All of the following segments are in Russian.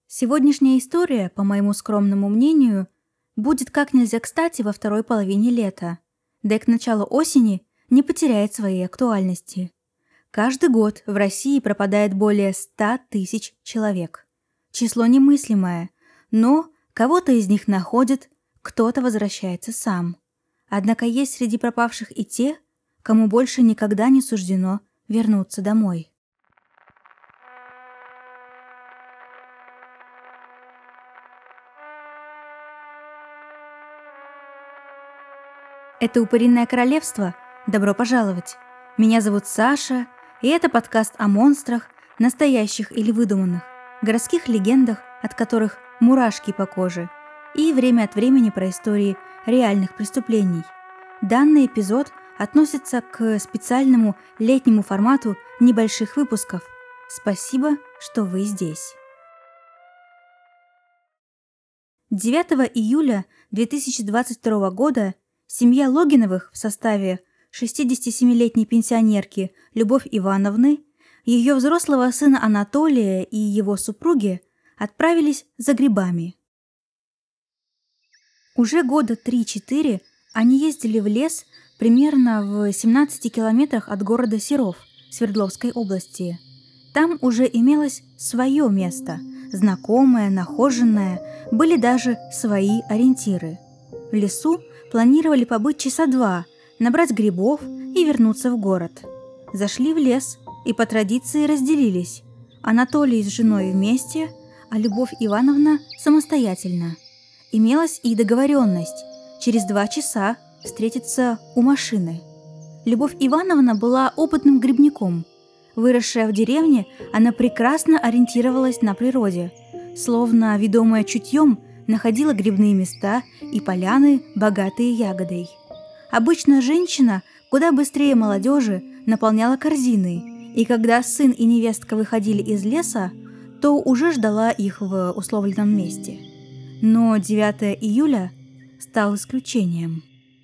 Сегодняшняя история, по моему скромному мнению, будет как нельзя кстати во второй половине лета, да и к началу осени не потеряет своей актуальности. Каждый год в России пропадает более 100 тысяч человек. Число немыслимое, но кого-то из них находят, кто-то возвращается сам. Однако есть среди пропавших и те, кому больше никогда не суждено вернуться домой. Это «Упыриное королевство». Добро пожаловать! Меня зовут Саша, и это подкаст о монстрах, настоящих или выдуманных, городских легендах, от которых мурашки по коже, и время от времени про истории реальных преступлений. Данный эпизод относится к специальному летнему формату небольших выпусков. Спасибо, что вы здесь. 9 июля 2022 года семья Логиновых в составе 67-летней пенсионерки Любовь Ивановны, ее взрослого сына Анатолия и его супруги отправились за грибами. Уже года 3-4 они ездили в лес примерно в 17 километрах от города Серов Свердловской области. Там уже имелось свое место, знакомое, нахоженное, были даже свои ориентиры. В лесу планировали побыть часа 2, набрать грибов и вернуться в город. Зашли в лес и по традиции разделились. Анатолий с женой вместе, а Любовь Ивановна самостоятельно. Имелась и договоренность через 2 часа встретиться у машины. Любовь Ивановна была опытным грибником. Выросшая в деревне, она прекрасно ориентировалась на природе, словно ведомая чутьем находила грибные места и поляны, богатые ягодой. Обычно женщина куда быстрее молодежи наполняла корзины, и когда сын и невестка выходили из леса, то уже ждала их в условленном месте. Но 9 июля стал исключением.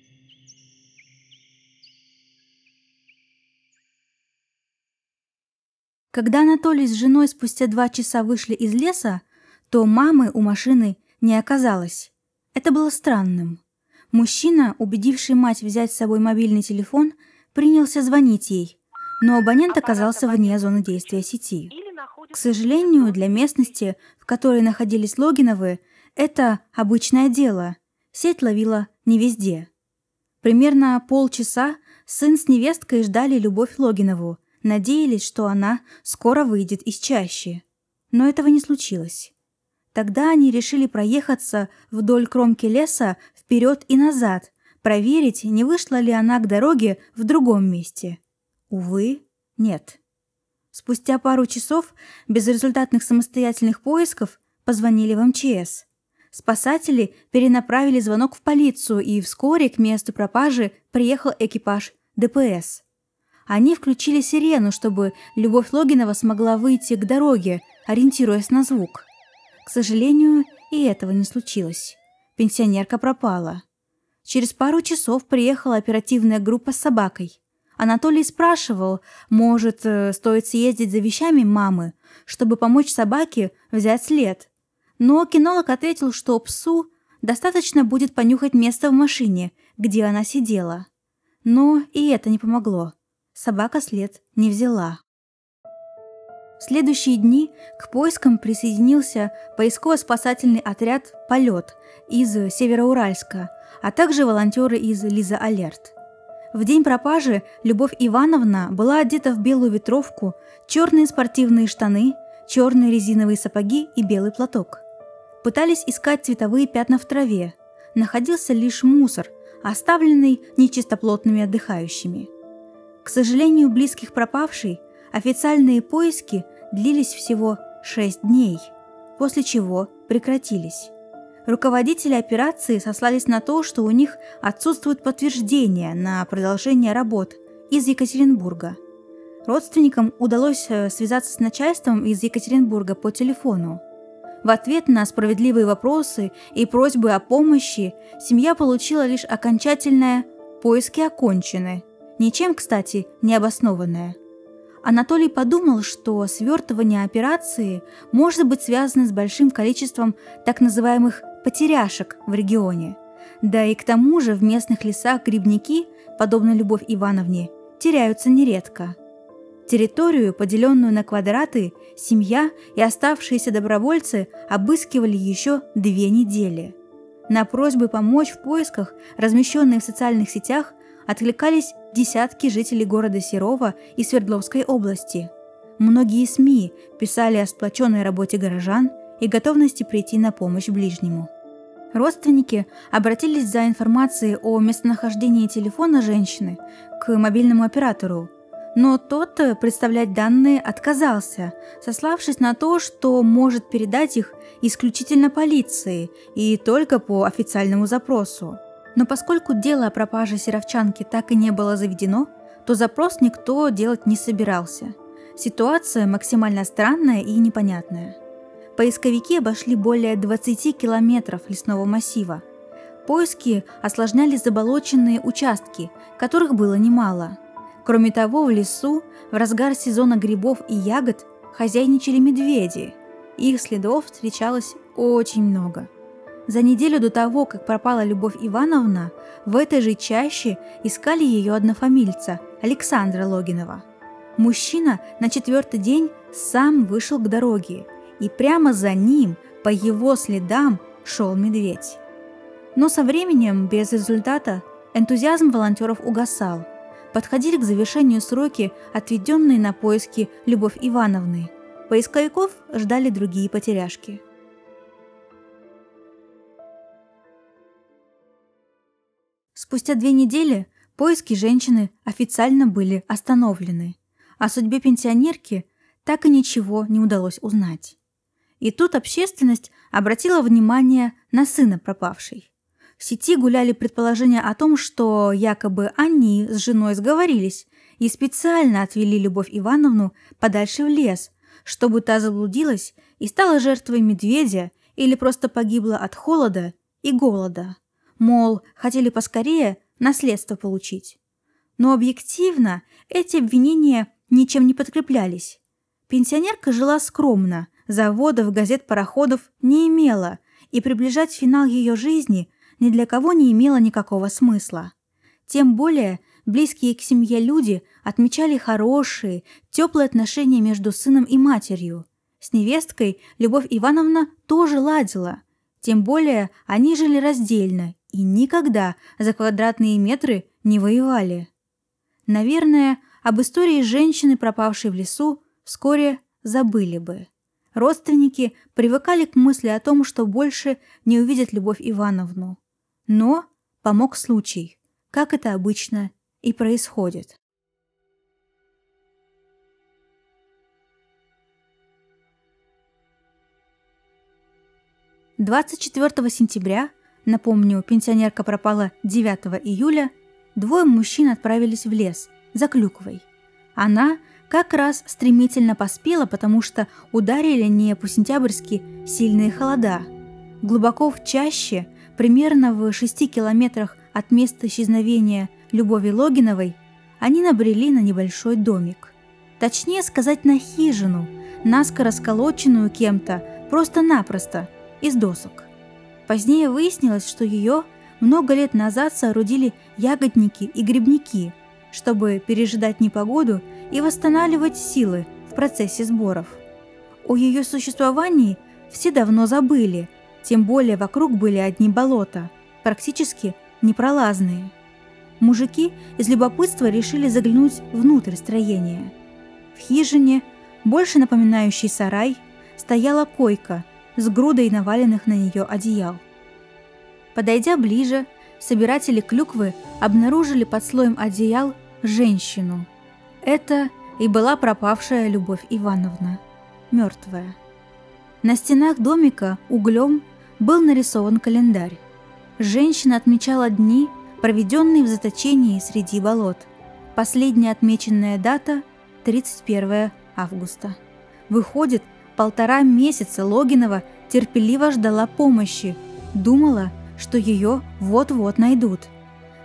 Когда Анатолий с женой спустя 2 часа вышли из леса, то мамы у машины не оказалось. Это было странным. Мужчина, убедивший мать взять с собой мобильный телефон, принялся звонить ей, но абонент оказался вне зоны действия сети. К сожалению, для местности, в которой находились Логиновы, это обычное дело. Сеть ловила не везде. Примерно полчаса сын с невесткой ждали Любовь Логинову, надеялись, что она скоро выйдет из чащи. Но этого не случилось. Тогда они решили проехаться вдоль кромки леса вперед и назад, проверить, не вышла ли она к дороге в другом месте. Увы, нет. Спустя пару часов безрезультатных самостоятельных поисков позвонили в МЧС. Спасатели перенаправили звонок в полицию, и вскоре к месту пропажи приехал экипаж ДПС. Они включили сирену, чтобы Любовь Логинова смогла выйти к дороге, ориентируясь на звук. К сожалению, и этого не случилось. Пенсионерка пропала. Через пару часов приехала оперативная группа с собакой. Анатолий спрашивал, может, стоит съездить за вещами мамы, чтобы помочь собаке взять след. Но кинолог ответил, что псу достаточно будет понюхать место в машине, где она сидела. Но и это не помогло. Собака след не взяла. В следующие дни к поискам присоединился поисково-спасательный отряд «Полет» из Североуральска, а также волонтеры из «Лиза Алерт». В день пропажи Любовь Ивановна была одета в белую ветровку, черные спортивные штаны, черные резиновые сапоги и белый платок. Пытались искать цветовые пятна в траве. Находился лишь мусор, оставленный нечистоплотными отдыхающими. К сожалению, близких пропавшей официальные поиски длились всего 6 дней, после чего прекратились. Руководители операции сослались на то, что у них отсутствует подтверждение на продолжение работ из Екатеринбурга. Родственникам удалось связаться с начальством из Екатеринбурга по телефону. В ответ на справедливые вопросы и просьбы о помощи семья получила лишь окончательное «поиски окончены», ничем, кстати, не обоснованное. Анатолий подумал, что свертывание операции может быть связано с большим количеством так называемых «потеряшек» в регионе. Да и к тому же в местных лесах грибники, подобно Любовь Ивановне, теряются нередко. Территорию, поделенную на квадраты, семья и оставшиеся добровольцы обыскивали еще 2 недели. На просьбы помочь в поисках, размещенные в социальных сетях, откликались десятки жителей города Серова и Свердловской области. Многие СМИ писали о сплоченной работе горожан и готовности прийти на помощь ближнему. Родственники обратились за информацией о местонахождении телефона женщины к мобильному оператору, но тот представлять данные отказался, сославшись на то, что может передать их исключительно полиции и только по официальному запросу. Но поскольку дело о пропаже серовчанки так и не было заведено, то запрос никто делать не собирался. Ситуация максимально странная и непонятная. Поисковики обошли более 20 километров лесного массива. Поиски осложняли заболоченные участки, которых было немало. Кроме того, в лесу в разгар сезона грибов и ягод хозяйничали медведи. Их следов встречалось очень много. За неделю до того, как пропала Любовь Ивановна, в этой же чаще искали ее однофамильца Александра Логинова. Мужчина на 4-й день сам вышел к дороге, и прямо за ним, по его следам, шел медведь. Но со временем, без результата, энтузиазм волонтеров угасал. Подходили к завершению сроки, отведенные на поиски Любовь Ивановны. Поисковиков ждали другие потеряшки. Спустя 2 недели поиски женщины официально были остановлены. О судьбе пенсионерки так и ничего не удалось узнать. И тут общественность обратила внимание на сына пропавшей. В сети гуляли предположения о том, что якобы они с женой сговорились и специально отвели Любовь Ивановну подальше в лес, чтобы та заблудилась и стала жертвой медведя или просто погибла от холода и голода. Мол, хотели поскорее наследство получить. Но объективно эти обвинения ничем не подкреплялись. Пенсионерка жила скромно, заводов, газет, пароходов не имела, и приближать финал ее жизни ни для кого не имело никакого смысла. Тем более близкие к семье люди отмечали хорошие, теплые отношения между сыном и матерью. С невесткой Любовь Ивановна тоже ладила. Тем более они жили раздельно и никогда за квадратные метры не воевали. Наверное, об истории женщины, пропавшей в лесу, вскоре забыли бы. Родственники привыкали к мысли о том, что больше не увидят Любовь Ивановну. Но помог случай, как это обычно и происходит. «24 сентября, напомню, пенсионерка пропала 9 июля, 2 мужчин отправились в лес за клюквой. Она как раз стремительно поспела, потому что ударили не по-сентябрьски сильные холода. Глубоко в чаще, примерно в 6 километрах от места исчезновения Любови Логиновой, они набрели на небольшой домик. Точнее сказать, на хижину, наскоро сколоченную кем-то, просто-напросто, из досок. Позднее выяснилось, что ее много лет назад соорудили ягодники и грибники, чтобы пережидать непогоду и восстанавливать силы в процессе сборов. О ее существовании все давно забыли, тем более вокруг были одни болота, практически непролазные. Мужики из любопытства решили заглянуть внутрь строения. В хижине, больше напоминающей сарай, стояла койка с грудой наваленных на нее одеял. Подойдя ближе, собиратели клюквы обнаружили под слоем одеял женщину. Это и была пропавшая Любовь Ивановна, мертвая. На стенах домика углем был нарисован календарь. Женщина отмечала дни, проведенные в заточении среди болот. Последняя отмеченная дата – 31 августа. Выходит, 1,5 месяца Логинова терпеливо ждала помощи, думала, что ее вот-вот найдут.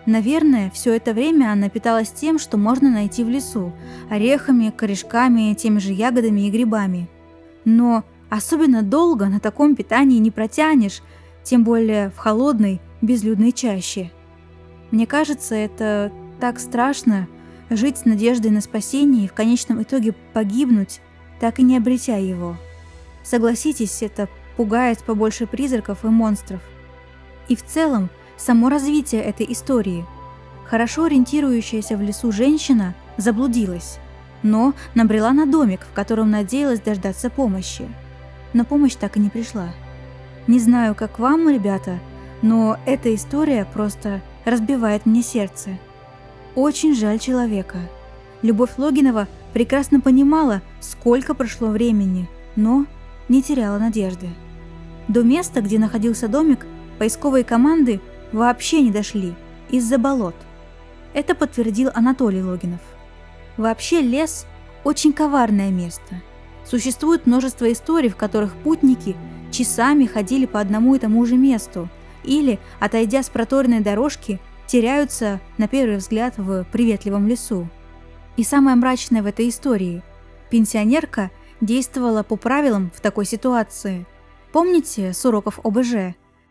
Наверное, все это время она питалась тем, что можно найти в лесу – орехами, корешками, теми же ягодами и грибами. Но особенно долго на таком питании не протянешь, тем более в холодной, безлюдной чаще. Мне кажется, это так страшно – жить с надеждой на спасение и в конечном итоге погибнуть, так и не обретя его. Согласитесь, это пугает побольше призраков и монстров. И в целом, само развитие этой истории. Хорошо ориентирующаяся в лесу женщина заблудилась, но набрела на домик, в котором надеялась дождаться помощи. Но помощь так и не пришла. Не знаю, как вам, ребята, но эта история просто разбивает мне сердце. Очень жаль человека. Любовь Логинова прекрасно понимала, сколько прошло времени, но не теряла надежды. До места, где находился домик, поисковые команды вообще не дошли из-за болот. Это подтвердил Анатолий Логинов. Вообще лес – очень коварное место. Существует множество историй, в которых путники часами ходили по одному и тому же месту или, отойдя с проторенной дорожки, теряются, на первый взгляд, в приветливом лесу. И самое мрачное в этой истории – пенсионерка действовала по правилам в такой ситуации. Помните с уроков ОБЖ?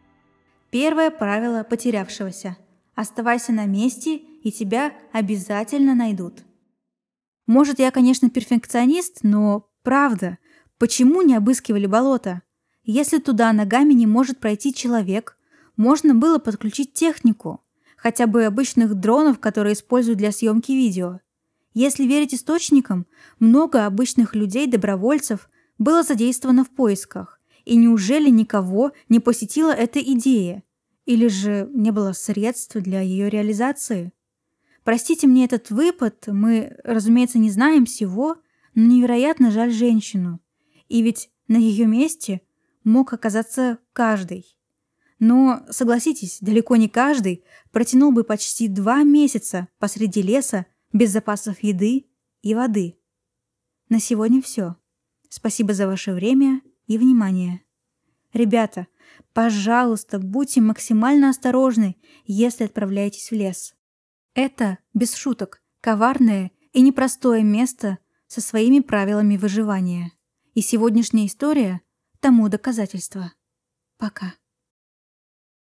Первое правило потерявшегося – оставайся на месте, и тебя обязательно найдут. Может, я, конечно, перфекционист, но правда, почему не обыскивали болото? Если туда ногами не может пройти человек, можно было подключить технику, хотя бы обычных дронов, которые используют для съемки видео. Если верить источникам, много обычных людей-добровольцев было задействовано в поисках, и неужели никого не посетила эта идея? Или же не было средств для ее реализации? Простите мне этот выпад, мы, разумеется, не знаем всего, но невероятно жаль женщину. И ведь на ее месте мог оказаться каждый. Но, согласитесь, далеко не каждый протянул бы почти 2 месяца посреди леса без запасов еды и воды. На сегодня все. Спасибо за ваше время и внимание. Ребята, пожалуйста, будьте максимально осторожны, если отправляетесь в лес. Это, без шуток, коварное и непростое место со своими правилами выживания. И сегодняшняя история тому доказательство. Пока.